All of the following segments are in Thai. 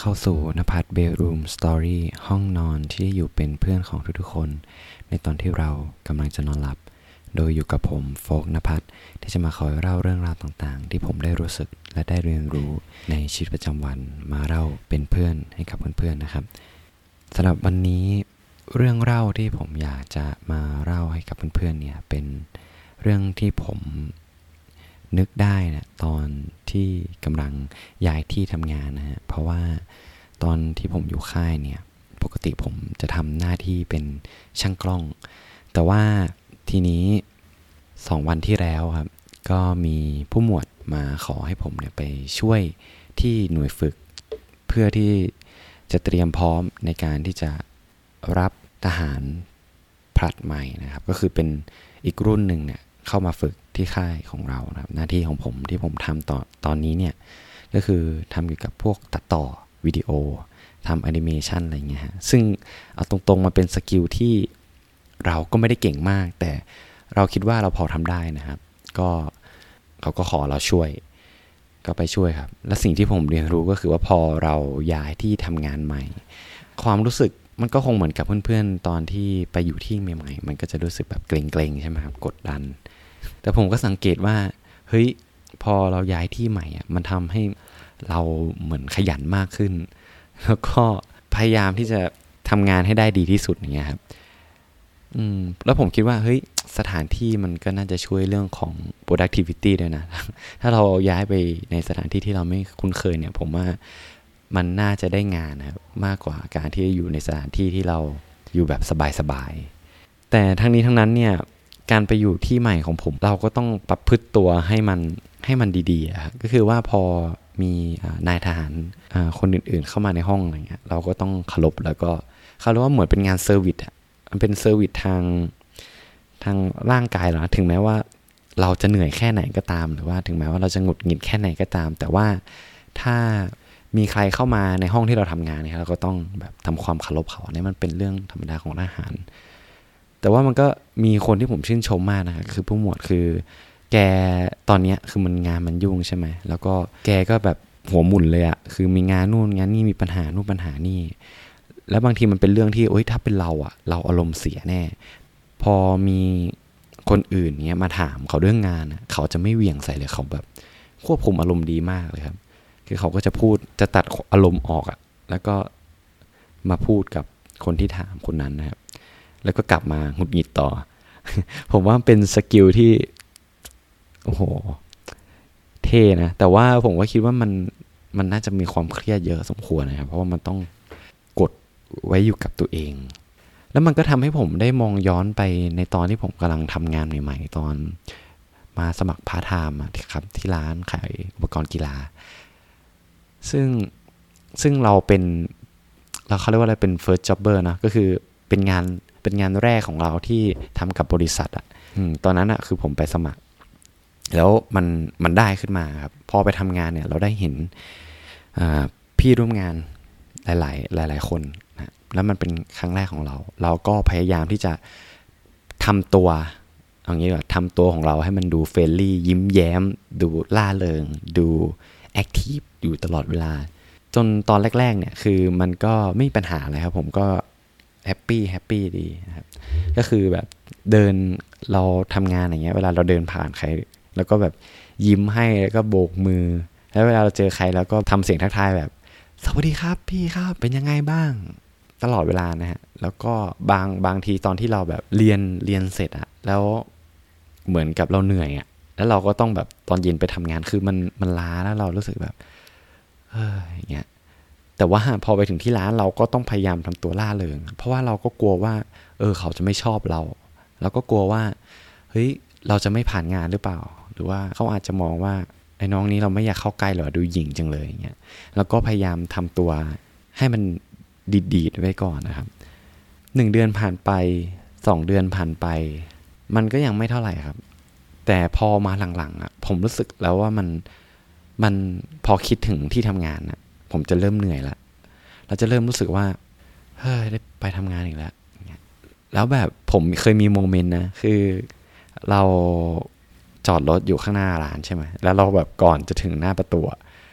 เข้าสู่นภัสเบดรูมสตอรี่ห้องนอนที่อยู่เป็นเพื่อนของทุกๆคนในตอนที่เรากำลังจะนอนหลับโดยอยู่กับผมโฟกนภัสที่จะมาคอยเล่าเรื่องราวต่างๆที่ผมได้รู้สึกและได้เรียนรู้ในชีวิตประจำวันมาเล่าเป็นเพื่อนให้กับเพื่อนๆนะครับสำหรับวันนี้เรื่องเล่าที่ผมอยากจะมาเล่าให้กับเพื่อนๆเนี่ยเป็นเรื่องที่ผมนึกได้นะตอนที่กำลังย้ายที่ทำงานนะฮะเพราะว่าตอนที่ผมอยู่ค่ายเนี่ยปกติผมจะทำหน้าที่เป็นช่างกล้องแต่ว่าทีนี้2 วันที่แล้วครับก็มีผู้หมวดมาขอให้ผมเนี่ยไปช่วยที่หน่วยฝึกเพื่อที่จะเตรียมพร้อมในการที่จะรับทหารผลัดใหม่นะครับก็คือเป็นอีกรุ่นหนึ่งเนี่ยเข้ามาฝึกที่ค่ายของเรานะครับหน้าที่ของผมที่ผมทำตอนนี้เนี่ยก็คือทำเกี่ยวกับพวกตัดต่อวิดีโอทำแอนิเมชันอะไรเงี้ยฮะซึ่งเอาตรงๆมาเป็นสกิลที่เราก็ไม่ได้เก่งมากแต่เราคิดว่าเราพอทำได้นะครับก็เขาก็ขอเราช่วยก็ไปช่วยครับและสิ่งที่ผมเรียนรู้ก็คือว่าพอเราย้ายที่ทำงานใหม่ความรู้สึกมันก็คงเหมือนกับเพื่อนๆตอนที่ไปอยู่ที่ใหม่ๆมันก็จะรู้สึกแบบเกรงๆใช่ไหมครับกดดันแต่ผมก็สังเกตว่าเฮ้ยพอเราย้ายที่ใหม่อ่ะมันทำให้เราเหมือนขยันมากขึ้นแล้วก็พยายามที่จะทำงานให้ได้ดีที่สุดอย่างเงี้ยครับแล้วผมคิดว่าเฮ้ยสถานที่มันก็น่าจะช่วยเรื่องของ productivity ด้วยนะถ้าเราย้ายไปในสถานที่ที่เราไม่คุ้นเคยเนี่ยผมว่ามันน่าจะได้งานนะครับมากกว่าการที่อยู่ในสถานที่ที่เราอยู่แบบสบายๆแต่ทั้งนี้ทั้งนั้นเนี่ยการไปอยู่ที่ใหม่ของผมเราก็ต้องประพฤติตัวให้มันดีๆครับก็คือว่าพอมีนายทหารคนอื่นๆเข้ามาในห้องอะไรเงี้ยเราก็ต้องเคารพแล้วก็เขาเรียกว่าเหมือนเป็นงานเซอร์วิสอ่ะมันเป็นเซอร์วิสทางร่างกายเราถึงแม้ว่าเราจะเหนื่อยแค่ไหนก็ตามหรือว่าถึงแม้ว่าเราจะหงุดหงิดแค่ไหนก็ตามแต่ว่าถ้ามีใครเข้ามาในห้องที่เราทำงานเนี่ยเราก็ต้องแบบทำความเคารพเขาเนี่ยมันเป็นเรื่องธรรมดาของทหารแต่ว่ามันก็มีคนที่ผมชื่นชมมากนะครับคือผู้หมวดคือแกตอนนี้คือมันงานมันยุ่งใช่ไหมแล้วก็แกก็แบบหัวหมุนเลยอะคือมีงานนู่นงานนี่มีปัญหานู่นปัญหานี่แล้วบางทีมันเป็นเรื่องที่โอ๊ยถ้าเป็นเราอะเราอารมณ์เสียแน่พอมีคนอื่นเนี้ยมาถามเขาเรื่องงานอะเขาจะไม่เหวี่ยงใส่เลยเขาแบบควบคุมอารมณ์ดีมากเลยครับคือเขาก็จะพูดจะตัดอารมณ์ออกอะแล้วก็มาพูดกับคนที่ถามคนนั้นนะครับแล้วก็กลับมาหงุดหงิดต่อ ผมว่าเป็นสกิลที่โอ้โหเท่นะแต่ว่าผมก็คิดว่ามันน่าจะมีความเครียดเยอะสมควรนะครับเพราะว่ามันต้องกดไว้อยู่กับตัวเองแล้วมันก็ทำให้ผมได้มองย้อนไปในตอนที่ผมกำลังทำงานใหม่ๆตอนมาสมัครพาร์ทไทม์ครับที่ร้านขายอุปกรณ์กีฬาซึ่งเราเขาเรียกว่าอะไรเป็น first jobber นะก็คือเป็นงานแรกของเราที่ทำกับบริษัทอ่ะตอนนั้นอ่ะคือผมไปสมัครแล้วมันได้ขึ้นมาครับพอไปทำงานเนี่ยเราได้เห็นพี่ร่วมงานหลายคนนะแล้วมันเป็นครั้งแรกของเราก็พยายามที่จะทำตัวอย่างนี้แบบทำตัวของเราให้มันดูเฟรนลี่ยิ้มแย้มดูล่าเริงดูแอคทีฟอยู่ตลอดเวลาจนตอนแรกๆเนี่ยคือมันก็ไม่มีปัญหาอะไรครับผมก็แฮปปี้ดีนะครับก็คือแบบเดินเราทำงานอย่างเงี้ยเวลาเราเดินผ่านใครแล้วก็แบบยิ้มให้แล้วก็โบกมือแล้วเวลาเราเจอใครแล้วก็ทำเสียงทักทายแบบสวัสดีครับพี่ครับเป็นยังไงบ้างตลอดเวลานะฮะแล้วก็บางทีตอนที่เราแบบเรียนเสร็จอะแล้วเหมือนกับเราเหนื่อยอะแล้วเราก็ต้องแบบตอนเย็นไปทำงานคือมันล้าแล้วเรารู้สึกแบบอย่างเงี้ยแต่ว่าพอไปถึงที่ร้านเราก็ต้องพยายามทำตัวล่าเริงเพราะว่าเราก็กลัวว่าเขาจะไม่ชอบเราแล้วก็กลัวว่าเฮ้ยเราจะไม่ผ่านงานหรือเปล่าหรือว่าเขาอาจจะมองว่าไอ้น้องนี้เราไม่อยากเข้าใกล้หรอดูหยิ่งจังเลยอย่างเงี้ยแล้วก็พยายามทำตัวให้มันดีๆไว้ก่อนนะครับ1 เดือนผ่านไป2 เดือนผ่านไปมันก็ยังไม่เท่าไหร่ครับแต่พอมาหลังๆอ่ะผมรู้สึกแล้วว่ามันพอคิดถึงที่ทำงานอ่ะผมจะเริ่มเหนื่อยละเราจะเริ่มรู้สึกว่าเฮ้ยได้ไปทำงานอีกแล้วแบบผมเคยมีโมเมนต์นะคือเราจอดรถอยู่ข้างหน้าร้านใช่ไหมแล้วเราแบบก่อนจะถึงหน้าประตู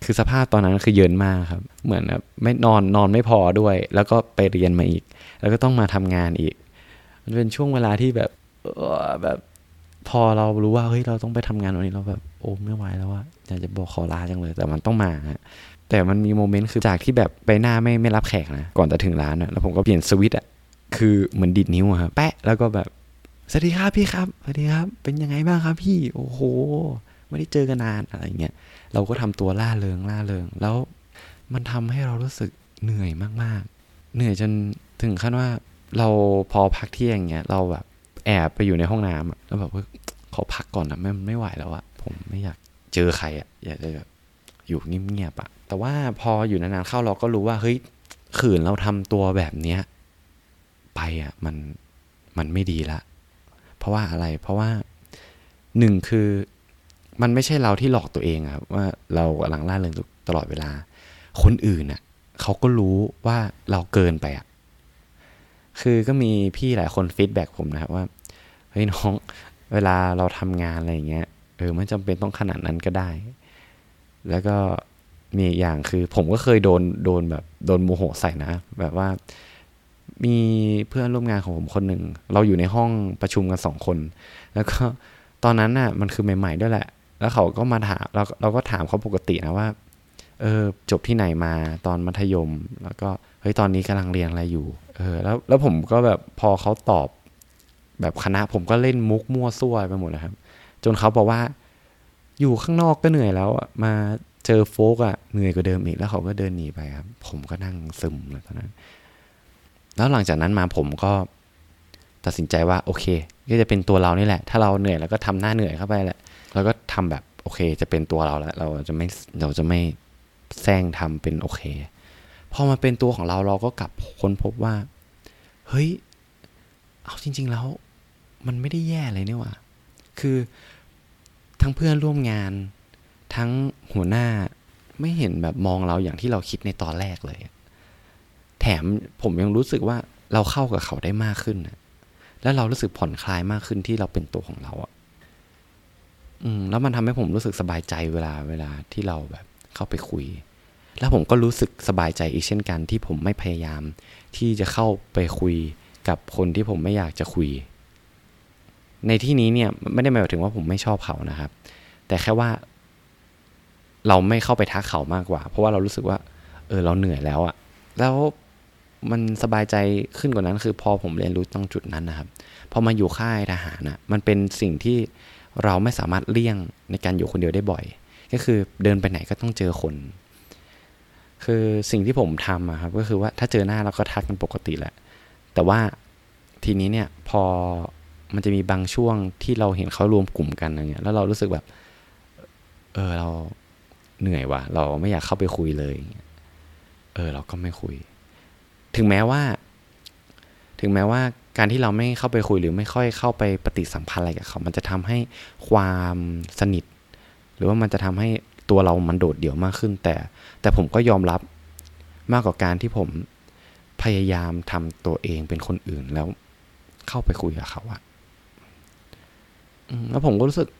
คือสภาพตอนนั้นคือเยินมากครับเหมือนแบบไม่นอนไม่พอด้วยแล้วก็ไปเรียนมาอีกแล้วก็ต้องมาทำงานอีกมันเป็นช่วงเวลาที่แบบแบบพอเรารู้ว่าเฮ้ยเราต้องไปทำงานวันนี้เราแบบโอ้ไม่ไหวแล้วอะอยากจะบอกขอลาจังเลยแต่มันต้องมาแต่มันมีโมเมนต์คือจากที่แบบไปหน้าไม่รับแขกนะก่อนจะถึงร้านแล้วผมก็เปลี่ยนสวิตช์คือเหมือนดิดนิ้วครับแปะแล้วก็แบบสวัสดีครับพี่ครับสวัสดีครับเป็นยังไงบ้างครับพี่โอ้โหไม่ได้เจอกันนานอะไรเงี้ยเราก็ทำตัวล่าเริงแล้วมันทำให้เรารู้สึกเหนื่อยมากๆเหนื่อยจนถึงขั้นว่าเราพอพักเที่ยงเงี้ยเราแบบแอบไปอยู่ในห้องน้ำแล้วแบบขอพักก่อนนะไม่ไหวแล้วอะผมไม่อยากเจอใครอะอยากจะแบบอยู่เงียบๆอะแต่ว่าพออยู่นานๆเข้าเราก็รู้ว่าเฮ้ยขืนเราทำตัวแบบเนี้ยไปอะมันไม่ดีละเพราะว่าอะไรเพราะว่าหนึ่งคือมันไม่ใช่เราที่หลอกตัวเองครับว่าเรากำลังล่าเริงตลอดเวลาคนอื่นน่ะเขาก็รู้ว่าเราเกินไปอะคือก็มีพี่หลายคนฟีดแบ็กผมนะครับว่าเฮ้ยน้องเวลาเราทำงานอะไรอย่างเงี้ยไม่จำเป็นต้องขนาดนั้นก็ได้แล้วก็มีอย่างคือผมก็เคยโดนแบบโดนโมโหใส่นะแบบว่ามีเพื่อนร่วมงานของผมคนหนึ่งเราอยู่ในห้องประชุมกัน2 คนแล้วก็ตอนนั้นน่ะมันคือใหม่ๆด้วยแหละแล้วเขาก็มาถามเราก็ถามเขาปกตินะว่าจบที่ไหนมาตอนมัธยมแล้วก็เฮ้ยตอนนี้กำลังเรียนอะไรอยู่แล้วผมก็แบบพอเขาตอบแบบคณะผมก็เล่นมุกมั่วซั่วไปหมดเลยครับจนเขาบอกว่าอยู่ข้างนอกก็เหนื่อยแล้วมาเจอโฟกเหนื่อยกว่าเดิมอีกแล้วเขาก็เดินหนีไปครับผมก็นั่งซึมเลยตอนนั้นแล้วหลังจากนั้นมาผมก็ตัดสินใจว่าโอเคก็จะเป็นตัวเรานี่แหละถ้าเราเหนื่อยแล้วก็ทำหน้าเหนื่อยเข้าไปแหละแล้วก็ทำแบบโอเคจะเป็นตัวเราแล้วเราจะไม่แซงทำเป็นโอเคพอมาเป็นตัวของเราก็กลับค้นพบว่าเฮ้ยเอาจริงๆแล้วมันไม่ได้แย่เลยนี่หว่าคือทั้งเพื่อนร่วมงานทั้งหัวหน้าไม่เห็นแบบมองเราอย่างที่เราคิดในตอนแรกเลยแถมผมยังรู้สึกว่าเราเข้ากับเขาได้มากขึ้นแล้วเรารู้สึกผ่อนคลายมากขึ้นที่เราเป็นตัวของเราแล้วมันทำให้ผมรู้สึกสบายใจเวลาที่เราแบบเข้าไปคุยแล้วผมก็รู้สึกสบายใจอีกเช่นกันที่ผมไม่พยายามที่จะเข้าไปคุยกับคนที่ผมไม่อยากจะคุยในที่นี้เนี่ยไม่ได้หมายถึงว่าผมไม่ชอบเขานะครับแต่แค่ว่าเราไม่เข้าไปทักเขามากกว่าเพราะว่าเรารู้สึกว่าเราเหนื่อยแล้วแล้วมันสบายใจขึ้นกว่านั้นคือพอผมเรียนรู้ตรงจุดนั้นนะครับพอมาอยู่ค่ายทหารมันเป็นสิ่งที่เราไม่สามารถเลี่ยงในการอยู่คนเดียวได้บ่อยก็คือเดินไปไหนก็ต้องเจอคนคือสิ่งที่ผมทำครับก็คือว่าถ้าเจอหน้าเราก็ทักกันปกติแหละแต่ว่าทีนี้เนี่ยพอมันจะมีบางช่วงที่เราเห็นเขารวมกลุ่มกันอะไรเงี้ยแล้วเรารู้สึกแบบเราเหนื่อยว่ะเราไม่อยากเข้าไปคุยเลยเราก็ไม่คุยถึงแม้ว่าการที่เราไม่เข้าไปคุยหรือไม่ค่อยเข้าไปปฏิสัมพันธ์อะไรกับเขามันจะทำให้ความสนิทหรือว่ามันจะทำให้ตัวเรามันโดดเดี่ยวมากขึ้นแต่ผมก็ยอมรับมากกว่าการที่ผมพยายามทำตัวเองเป็นคนอื่นแล้วเข้าไปคุยกับเขาแล้วผมก็รู้สึก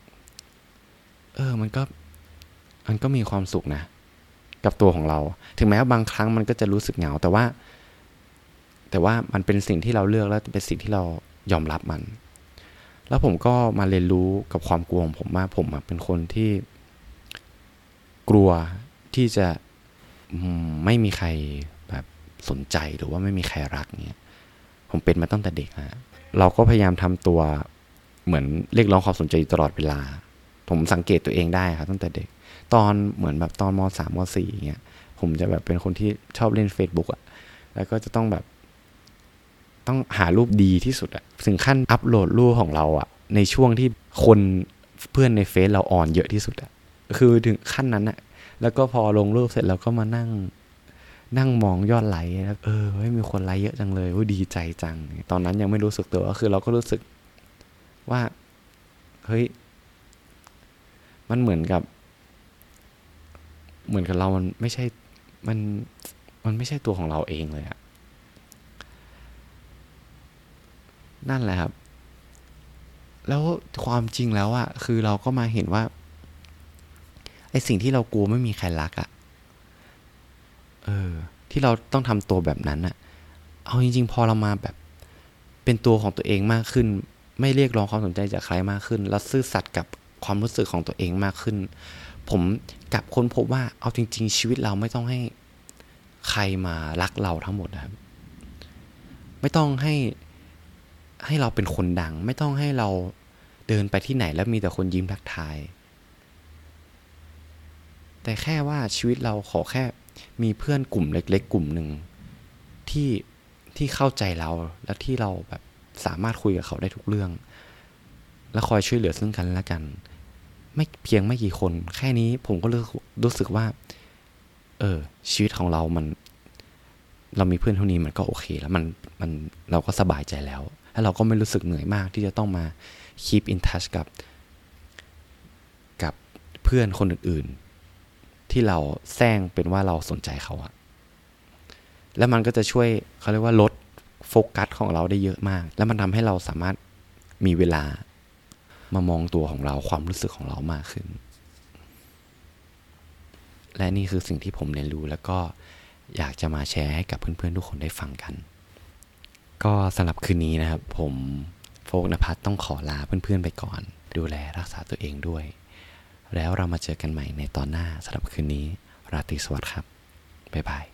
มันก็มีความสุขนะกับตัวของเราถึงแม้ว่าบางครั้งมันก็จะรู้สึกเหงาแต่ว่ามันเป็นสิ่งที่เราเลือกแล้วเป็นสิ่งที่เรายอมรับมันแล้วผมก็มาเรียนรู้กับความกลัวของผมว่าผมเป็นคนที่กลัวที่จะไม่มีใครแบบสนใจหรือว่าไม่มีใครรักเนี่ยผมเป็นมาตั้งแต่เด็กเราก็พยายามทำตัวเหมือนเรียกร้องความสนใจตลอดเวลาผมสังเกตตัวเองได้ครับตั้งแต่เด็กตอนเหมือนแบบตอนม.3 ม.4 เงี้ยผมจะแบบเป็นคนที่ชอบเล่น Facebook แล้วก็จะต้องแบบต้องหารูปดีที่สุดถึงขั้นอัปโหลดรูปของเราในช่วงที่คนเพื่อนในเฟซเราออนเยอะที่สุดคือถึงขั้นนั้นแล้วก็พอลงรูปเสร็จเราก็มานั่งมองยอดไลค์แล้วไม่มีคนไลค์เยอะจังเลยดีใจจังตอนนั้นยังไม่รู้สึกตัวก็คือเราก็รู้สึกว่าเฮ้ยมันเหมือนกับเรามันไม่ใช่มันไม่ใช่ตัวของเราเองเลยนั่นแหละครับแล้วความจริงแล้วคือเราก็มาเห็นว่าไอสิ่งที่เรากลัวไม่มีใครรักอ่ะที่เราต้องทำตัวแบบนั้นอ่ะเอาจริงๆพอเรามาแบบเป็นตัวของตัวเองมากขึ้นไม่เรียกร้องความสนใจจากใครมากขึ้นแล้วซื่อสัตย์กับความรู้สึกของตัวเองมากขึ้นผมกลับค้นพบว่าเอาจริงๆชีวิตเราไม่ต้องให้ใครมารักเราทั้งหมดนะครับไม่ต้องให้เราเป็นคนดังไม่ต้องให้เราเดินไปที่ไหนแล้วมีแต่คนยิ้มทักทายแต่แค่ว่าชีวิตเราขอแค่มีเพื่อนกลุ่มเล็กๆกลุ่มหนึ่งที่เข้าใจเราและที่เราแบบสามารถคุยกับเขาได้ทุกเรื่องและคอยช่วยเหลือซึ่งกันและกันไม่เพียงไม่กี่คนแค่นี้ผมก็รู้สึกว่าชีวิตของเรามีเพื่อนเท่านี้มันก็โอเคแล้วมันเราก็สบายใจแล้วเราก็ไม่รู้สึกเหนื่อยมากที่จะต้องมา keep in touch กับเพื่อนคนอื่นๆที่เราแซงเป็นว่าเราสนใจเขาอะแล้วมันก็จะช่วยเขาเรียกว่าลดโฟกัสของเราได้เยอะมากแล้วมันทำให้เราสามารถมีเวลามามองตัวของเราความรู้สึกของเรามากขึ้นและนี่คือสิ่งที่ผมเรียนรู้แล้วก็อยากจะมาแชร์ให้กับเพื่อนๆทุกคนได้ฟังกันก็สำหรับคืนนี้นะครับผมโฟกนภัสต้องขอลาเพื่อนๆไปก่อนดูแลรักษาตัวเองด้วยแล้วเรามาเจอกันใหม่ในตอนหน้าสำหรับคืนนี้ราตรีสวัสดิ์ครับบ๊ายบาย